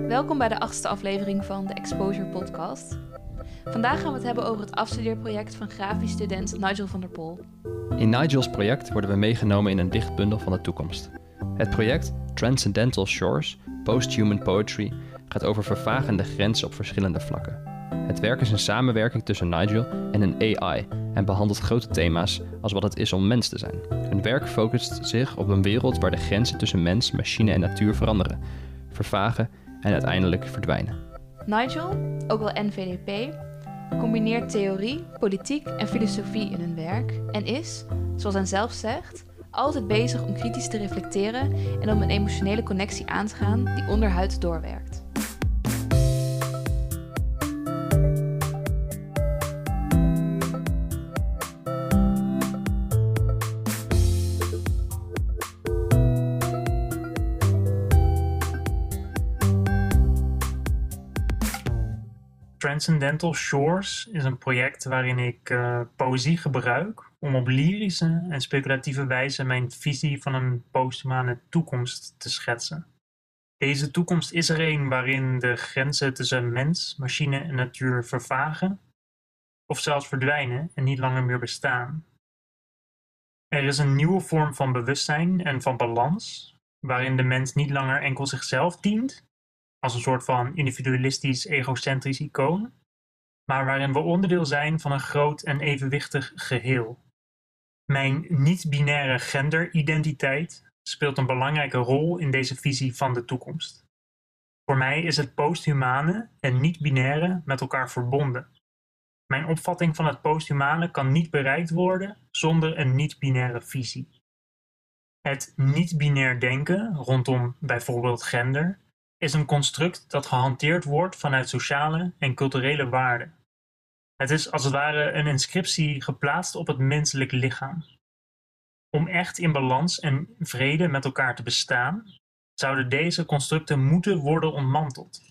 Welkom bij de 8e aflevering van de Exposure Podcast. Vandaag gaan we het hebben over het afstudeerproject van grafisch student Nigel van der Pol. In Nigel's project worden we meegenomen in een dichtbundel van de toekomst. Het project Transcendental Shores, Post-Human Poetry gaat over vervagende grenzen op verschillende vlakken. Het werk is een samenwerking tussen Nigel en een AI en behandelt grote thema's als wat het is om mens te zijn. Hun werk focust zich op een wereld waar de grenzen tussen mens, machine en natuur veranderen, vervagen en uiteindelijk verdwijnen. Nigel, ook wel NVDP, combineert theorie, politiek en filosofie in hun werk en is, zoals hij zelf zegt, altijd bezig om kritisch te reflecteren en om een emotionele connectie aan te gaan die onderhuids doorwerkt. Transcendental Shores is een project waarin ik poëzie gebruik om op lyrische en speculatieve wijze mijn visie van een posthumane toekomst te schetsen. Deze toekomst is er een waarin de grenzen tussen mens, machine en natuur vervagen of zelfs verdwijnen en niet langer meer bestaan. Er is een nieuwe vorm van bewustzijn en van balans waarin de mens niet langer enkel zichzelf dient als een soort van individualistisch, egocentrisch icoon, maar waarin we onderdeel zijn van een groot en evenwichtig geheel. Mijn niet-binaire genderidentiteit speelt een belangrijke rol in deze visie van de toekomst. Voor mij is het posthumane en niet-binaire met elkaar verbonden. Mijn opvatting van het posthumane kan niet bereikt worden zonder een niet-binaire visie. Het niet-binair denken rondom bijvoorbeeld gender is een construct dat gehanteerd wordt vanuit sociale en culturele waarden. Het is als het ware een inscriptie geplaatst op het menselijk lichaam. Om echt in balans en vrede met elkaar te bestaan, zouden deze constructen moeten worden ontmanteld.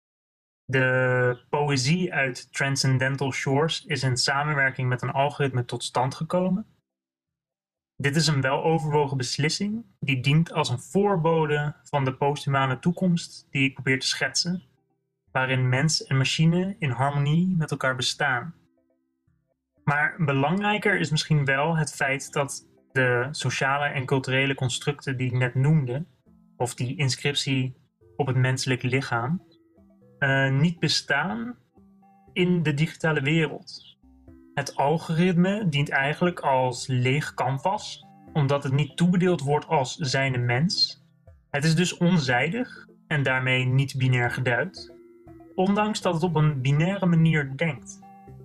De poëzie uit Transcendental Shores is in samenwerking met een algoritme tot stand gekomen. Dit is een weloverwogen beslissing die dient als een voorbode van de posthumane toekomst die ik probeer te schetsen, waarin mens en machine in harmonie met elkaar bestaan. Maar belangrijker is misschien wel het feit dat de sociale en culturele constructen die ik net noemde, of die inscriptie op het menselijk lichaam, niet bestaan in de digitale wereld. Het algoritme dient eigenlijk als leeg canvas, omdat het niet toebedeeld wordt als zijnde mens. Het is dus onzijdig en daarmee niet binair geduid, ondanks dat het op een binaire manier denkt.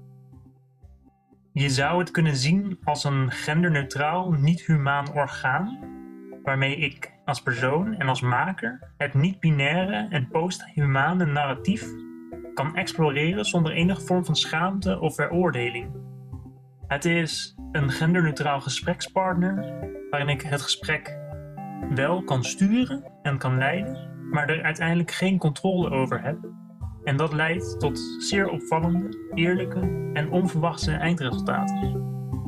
Je zou het kunnen zien als een genderneutraal, niet-humaan orgaan, waarmee ik als persoon en als maker het niet-binaire en posthumane narratief kan exploreren zonder enige vorm van schaamte of veroordeling. Het is een genderneutraal gesprekspartner waarin ik het gesprek wel kan sturen en kan leiden, maar er uiteindelijk geen controle over heb. En dat leidt tot zeer opvallende, eerlijke en onverwachte eindresultaten.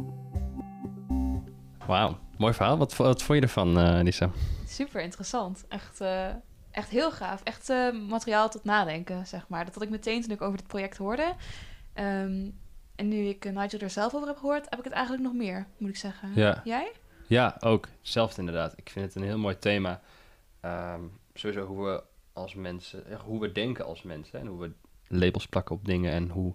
Wauw, mooi verhaal. Wat vond je ervan, Lisa? Super interessant. Echt heel gaaf. Echt materiaal tot nadenken, zeg maar. Dat had ik meteen toen ik over dit project hoorde. En nu ik Nigel er zelf over heb gehoord, heb ik het eigenlijk nog meer, moet ik zeggen. Ja. Jij? Ja, ook. Hetzelfde inderdaad. Ik vind het een heel mooi thema. Sowieso hoe we als mensen, hoe we denken als mensen en hoe we labels plakken op dingen en hoe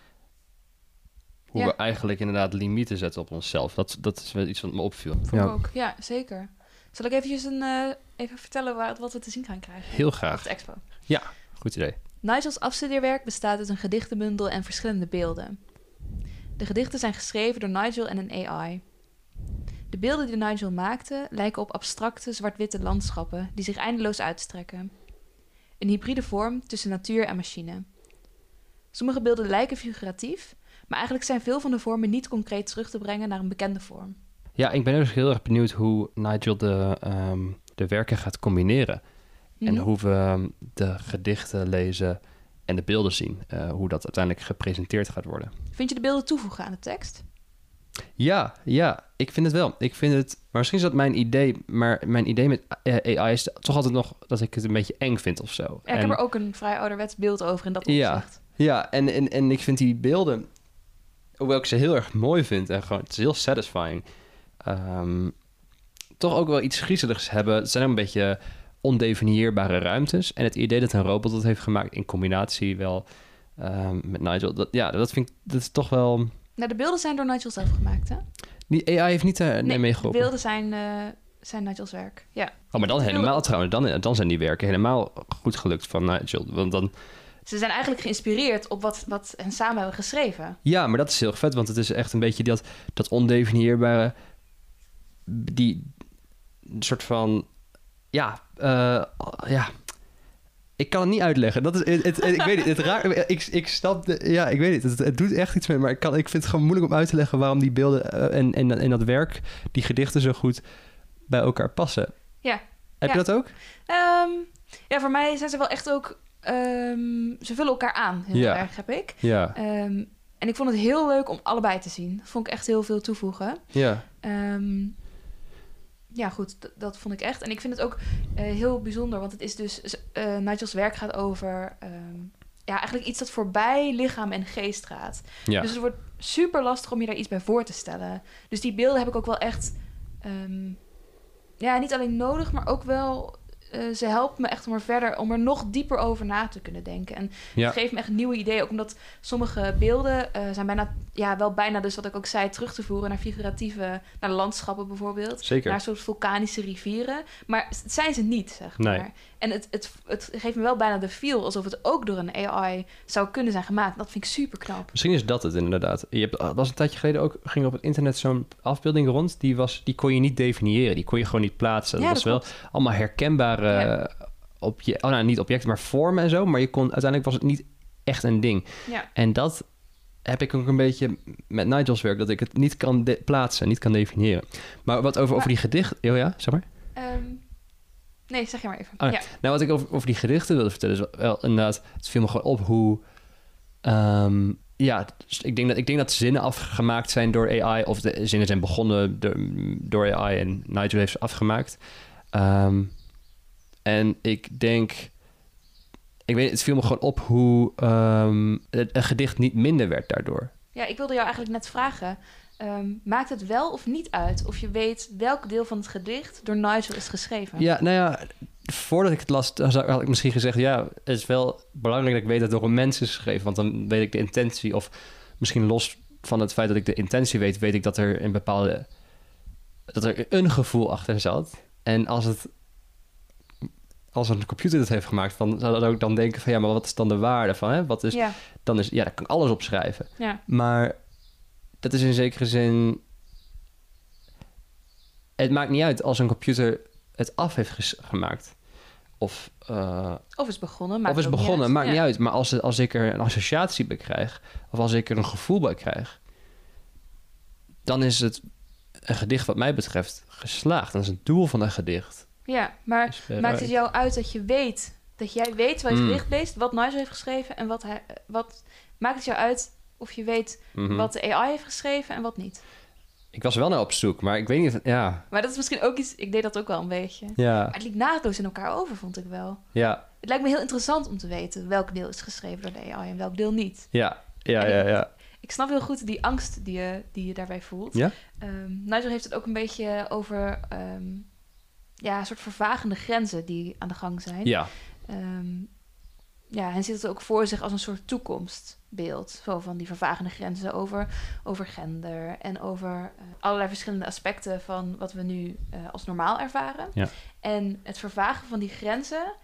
we eigenlijk inderdaad limieten zetten op onszelf. Dat is wel iets wat me opviel. Vond ik ook. Ja, zeker. Zal ik eventjes even vertellen wat we te zien gaan krijgen? Heel graag. Op de expo. Ja, goed idee. Nigel's afstudeerwerk bestaat uit een gedichtenbundel en verschillende beelden. De gedichten zijn geschreven door Nigel en een AI. De beelden die Nigel maakte lijken op abstracte zwart-witte landschappen die zich eindeloos uitstrekken. Een hybride vorm tussen natuur en machine. Sommige beelden lijken figuratief, maar eigenlijk zijn veel van de vormen niet concreet terug te brengen naar een bekende vorm. Ja, ik ben dus heel erg benieuwd hoe Nigel de werken gaat combineren. En hoe we de gedichten lezen en de beelden zien. Hoe dat uiteindelijk gepresenteerd gaat worden. Vind je de beelden toevoegen aan de tekst? Ja, ik vind het wel. Maar misschien is dat mijn idee. Maar mijn idee met AI is toch altijd nog dat ik het een beetje eng vind of zo. Ja, ik heb er ook een vrij ouderwets beeld over in dat opzicht. Ja, en ik vind die beelden, hoewel ik ze heel erg mooi vind en gewoon, het is heel satisfying, toch ook wel iets griezeligs hebben. Het zijn ook een beetje ondefinieerbare ruimtes. En het idee dat een robot dat heeft gemaakt in combinatie wel met Nigel, dat is toch wel... Nou, de beelden zijn door Nigel zelf gemaakt, hè? Die AI heeft niet mee geholpen. De beelden zijn Nigels werk, ja. Oh, maar dan helemaal trouwens. Dan zijn die werken helemaal goed gelukt van Nigel. Want dan... Ze zijn eigenlijk geïnspireerd op wat hen samen hebben geschreven. Ja, maar dat is heel vet, want het is echt een beetje dat ondefinieerbare... Die soort van... Ik kan het niet uitleggen. Dat is, ik weet niet, het raakt... Ik snap... ik weet niet. Het doet echt iets mee, maar ik vind het gewoon moeilijk om uit te leggen waarom die beelden en dat werk, die gedichten zo goed bij elkaar passen. Ja. Heb je dat ook? Voor mij zijn ze wel echt ook... ze vullen elkaar aan, heel erg, heb ik. Ja. En ik vond het heel leuk om allebei te zien. Dat vond ik echt heel veel toevoegen. Ja. Goed, dat vond ik echt. En ik vind het ook heel bijzonder, want het is dus... Nigels werk gaat over... eigenlijk iets dat voorbij lichaam en geest gaat. Ja. Dus het wordt super lastig om je daar iets bij voor te stellen. Dus die beelden heb ik ook wel echt... niet alleen nodig, maar ook wel... ze helpen me echt om er nog dieper over na te kunnen denken. En het geeft me echt nieuwe ideeën. Ook omdat sommige beelden zijn bijna dus wat ik ook zei, terug te voeren naar figuratieve, naar landschappen bijvoorbeeld. Zeker. Naar soort vulkanische rivieren. Maar het zijn ze niet, zeg maar. Nee. En het geeft me wel bijna de feel alsof het ook door een AI zou kunnen zijn gemaakt. Dat vind ik super knap. Misschien is dat het inderdaad. Was een tijdje geleden ook, ging op het internet zo'n afbeelding rond. Die kon je niet definiëren. Die kon je gewoon niet plaatsen. Dat was wel allemaal herkenbare niet objecten, maar vormen en zo. Maar uiteindelijk was het niet echt een ding. Ja. En dat heb ik ook een beetje met Nigels werk, dat ik het niet kan plaatsen, niet kan definiëren. Maar wat over die gedichten... Oh ja, zeg maar. Nee, zeg je maar even. Nou, wat ik over die gedichten wilde vertellen is wel inderdaad... Het viel me gewoon op hoe... dus ik denk dat zinnen afgemaakt zijn door AI... of de zinnen zijn begonnen door AI en Nigel heeft ze afgemaakt. En ik denk... het viel me gewoon op hoe een gedicht niet minder werd daardoor. Ja, ik wilde jou eigenlijk net vragen... maakt het wel of niet uit of je weet welk deel van het gedicht door Nigel is geschreven? Ja, nou ja, voordat ik het las, had ik misschien gezegd... het is wel belangrijk dat ik weet dat het door een mens is geschreven... want dan weet ik de intentie... of misschien los van het feit dat ik de intentie weet... weet ik dat er een gevoel achter zat. En als een computer dat heeft gemaakt... dan zou dat ook dan denken van... maar wat is dan de waarde van? Hè? Dan kan ik alles opschrijven. Ja. Maar... dat is in zekere zin... Het maakt niet uit als een computer het af heeft gemaakt. Of is begonnen. Maakt niet uit. Maar als ik er een associatie bij krijg... of als ik er een gevoel bij krijg... dan is het een gedicht wat mij betreft geslaagd. Dat is het doel van een gedicht. Ja, maar maakt het jou uit dat je weet... dat jij weet waar je het gedicht leest... wat Nigel heeft geschreven en wat maakt het jou uit... of je weet wat de AI heeft geschreven en wat niet? Ik was wel naar op zoek, maar ik weet niet... Ja. Maar dat is misschien ook iets... Ik deed dat ook wel een beetje. Ja. Maar het liep naadloos in elkaar over, vond ik wel. Ja. Het lijkt me heel interessant om te weten... welk deel is geschreven door de AI en welk deel niet. Ja. Ik snap heel goed die angst die je daarbij voelt. Ja? Nigel heeft het ook een beetje over... een soort vervagende grenzen die aan de gang zijn. Ja. Hij ziet het ook voor zich als een soort toekomstbeeld. Zo van die vervagende grenzen over gender... en over allerlei verschillende aspecten van wat we nu als normaal ervaren. Ja. En het vervagen van die grenzen...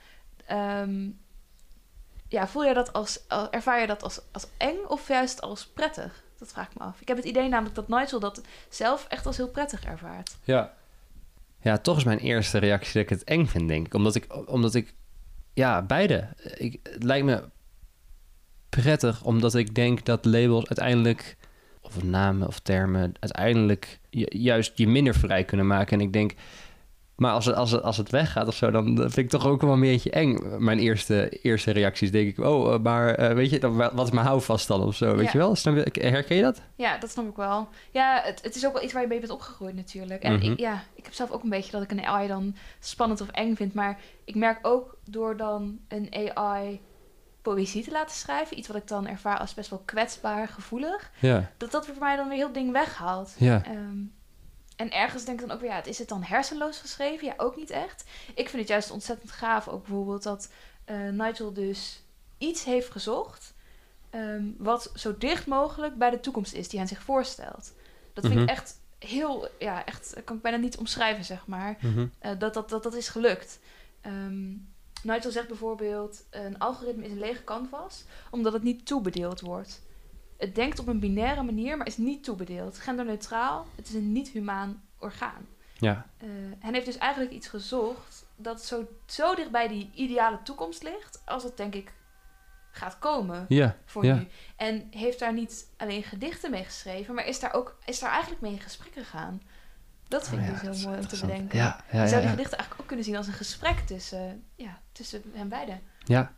ervaar je dat als eng of juist als prettig? Dat vraag ik me af. Ik heb het idee namelijk dat Nigel dat zelf echt als heel prettig ervaart. Ja. Ja, toch is mijn eerste reactie dat ik het eng vind, denk ik. Omdat ik beide. Het lijkt me prettig, omdat ik denk dat labels uiteindelijk... of namen of termen uiteindelijk juist je minder vrij kunnen maken. En ik denk Maar als het weggaat of zo, dan vind ik toch ook wel een beetje eng. Mijn eerste reacties denk ik, maar weet je, wat is mijn houvast dan of zo, weet je wel? Herken je dat? Ja, dat snap ik wel. Ja, het is ook wel iets waar je mee bent opgegroeid natuurlijk. En ik heb zelf ook een beetje dat ik een AI dan spannend of eng vind. Maar ik merk ook door dan een AI poëzie te laten schrijven, iets wat ik dan ervaar als best wel kwetsbaar, gevoelig, dat voor mij dan weer heel ding weghaalt. Ja. En ergens denk ik dan ook weer, is het dan hersenloos geschreven? Ja, ook niet echt. Ik vind het juist ontzettend gaaf ook bijvoorbeeld dat Nigel dus iets heeft gezocht wat zo dicht mogelijk bij de toekomst is die hij zich voorstelt. Dat vind ik echt heel, dat kan ik bijna niet omschrijven, zeg maar. Dat is gelukt. Nigel zegt bijvoorbeeld, een algoritme is een lege canvas, omdat het niet toebedeeld wordt. Het denkt op een binaire manier, maar is niet toebedeeld. Genderneutraal, het is een niet-humaan orgaan. Ja. En heeft dus eigenlijk iets gezocht dat zo dicht bij die ideale toekomst ligt, als het denk ik gaat komen voor nu. En heeft daar niet alleen gedichten mee geschreven, maar is daar eigenlijk mee in gesprek gegaan. Dat vind ik dus heel mooi om te bedenken. Je zou die gedichten eigenlijk ook kunnen zien als een gesprek tussen hen beiden. Ja.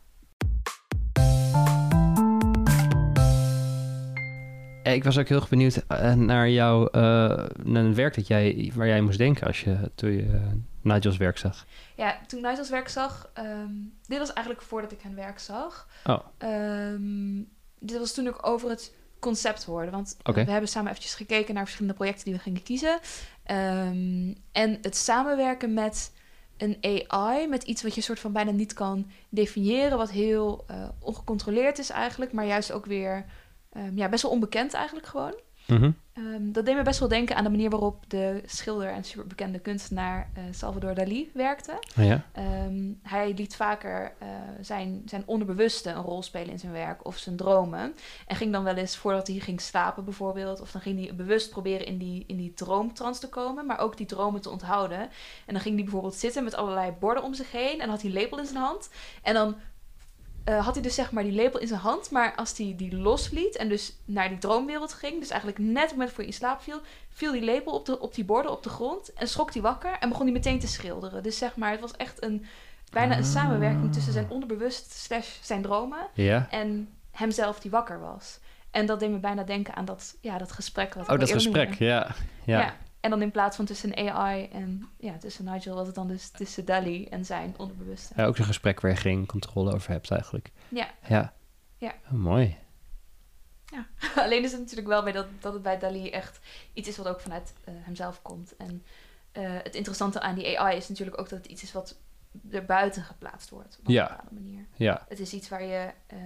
Ik was ook heel erg benieuwd naar naar een werk waar jij moest denken toen je Nigel's werk zag. Ja, toen ik Nigel's werk zag, dit was eigenlijk voordat ik zijn werk zag. Oh. Dit was toen ik over het concept hoorde. Want we hebben samen eventjes gekeken naar verschillende projecten die we gingen kiezen. En het samenwerken met een AI, met iets wat je soort van bijna niet kan definiëren, wat heel ongecontroleerd is eigenlijk, maar juist ook weer best wel onbekend eigenlijk gewoon. Dat deed me best wel denken aan de manier waarop de schilder en superbekende kunstenaar Salvador Dalí werkte. Hij liet vaker zijn onderbewuste een rol spelen in zijn werk of zijn dromen. En ging dan wel eens, voordat hij ging slapen bijvoorbeeld, of dan ging hij bewust proberen in die droomtrance te komen, maar ook die dromen te onthouden. En dan ging hij bijvoorbeeld zitten met allerlei borden om zich heen en had hij een lepel in zijn hand. En dan had hij dus zeg maar die lepel in zijn hand, maar als hij die losliet en dus naar die droomwereld ging, dus eigenlijk net op het moment voor hij in slaap viel die lepel op die borden op de grond en schrok hij wakker en begon hij meteen te schilderen. Dus zeg maar, het was echt bijna een samenwerking tussen zijn onderbewust / zijn dromen en hemzelf die wakker was. En dat deed me bijna denken aan dat gesprek. Dat gesprek, ja. En dan in plaats van tussen AI en tussen Nigel was het dan dus tussen Dalí en zijn onderbewuste. Ja, ook zo'n gesprek waar je geen controle over hebt eigenlijk. Ja. Oh, mooi. Ja, alleen is het natuurlijk wel bij dat het bij Dalí echt iets is wat ook vanuit hemzelf komt. En het interessante aan die AI is natuurlijk ook dat het iets is wat er buiten geplaatst wordt. Op een bepaalde manier. Ja. Het is iets waar je...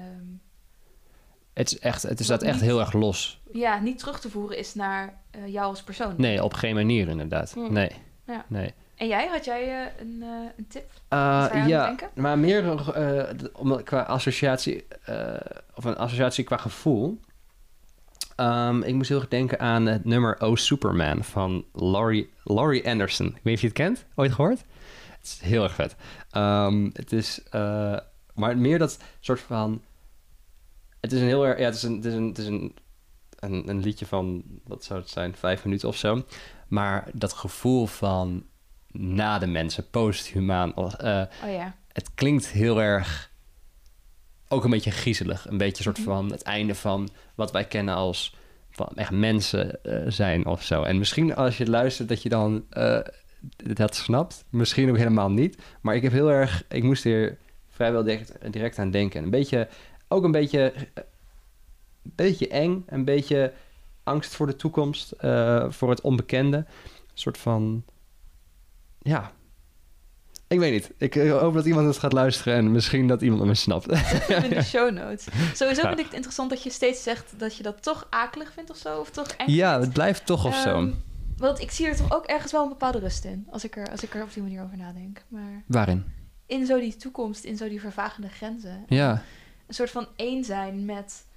Het staat echt heel erg los. Ja, niet terug te voeren is naar jou als persoon. Nee, op geen manier inderdaad. Nee. En had jij een tip? Maar meer qua associatie, of een associatie qua gevoel. Ik moest heel erg denken aan het nummer Oh Superman van Laurie Anderson. Ik weet niet of je het kent, ooit gehoord? Het is heel erg vet. Het is, maar meer dat soort van... Het is een heel erg... Ja, het is een liedje van, wat zou het zijn, 5 minuten of zo. Maar dat gevoel van na de mensen, posthumaan. Het klinkt heel erg... Ook een beetje griezelig. Een beetje soort van het einde van wat wij kennen als... van echt mensen zijn of zo. En misschien als je luistert dat je dan dat snapt. Misschien ook helemaal niet. Maar ik moest hier vrijwel direct aan denken. Een beetje eng. Een beetje angst voor de toekomst. Voor het onbekende. Een soort van... Ja... Ik weet niet. Ik hoop dat iemand het gaat luisteren en misschien dat iemand me snapt. In de show notes. Sowieso vind ik het interessant dat je steeds zegt dat je dat toch akelig vindt of zo. Of toch eng vindt. Het blijft toch of zo. Want ik zie er toch ook ergens wel een bepaalde rust in. Als ik er op die manier over nadenk. Maar waarin? In zo die toekomst, in zo die vervagende grenzen. Ja. Een soort van één zijn met...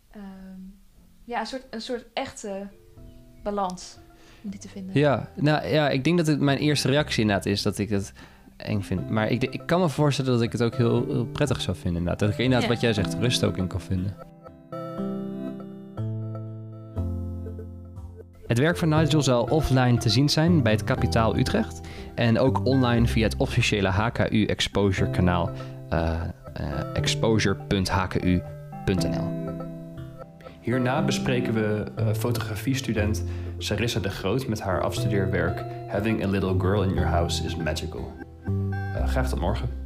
een soort echte balans om die te vinden. Ja, ik denk dat mijn eerste reactie inderdaad is dat ik het... eng vind. Maar ik kan me voorstellen dat ik het ook heel, heel prettig zou vinden. Inderdaad. Dat ik inderdaad wat jij zegt, rust ook in kan vinden. Het werk van Nigel zal offline te zien zijn bij het Kapitaal Utrecht en ook online via het officiële HKU Exposure kanaal exposure.hku.nl. Hierna bespreken we fotografiestudent Sarissa de Groot met haar afstudeerwerk Having a Little Girl in Your House is Magical. Graag tot morgen.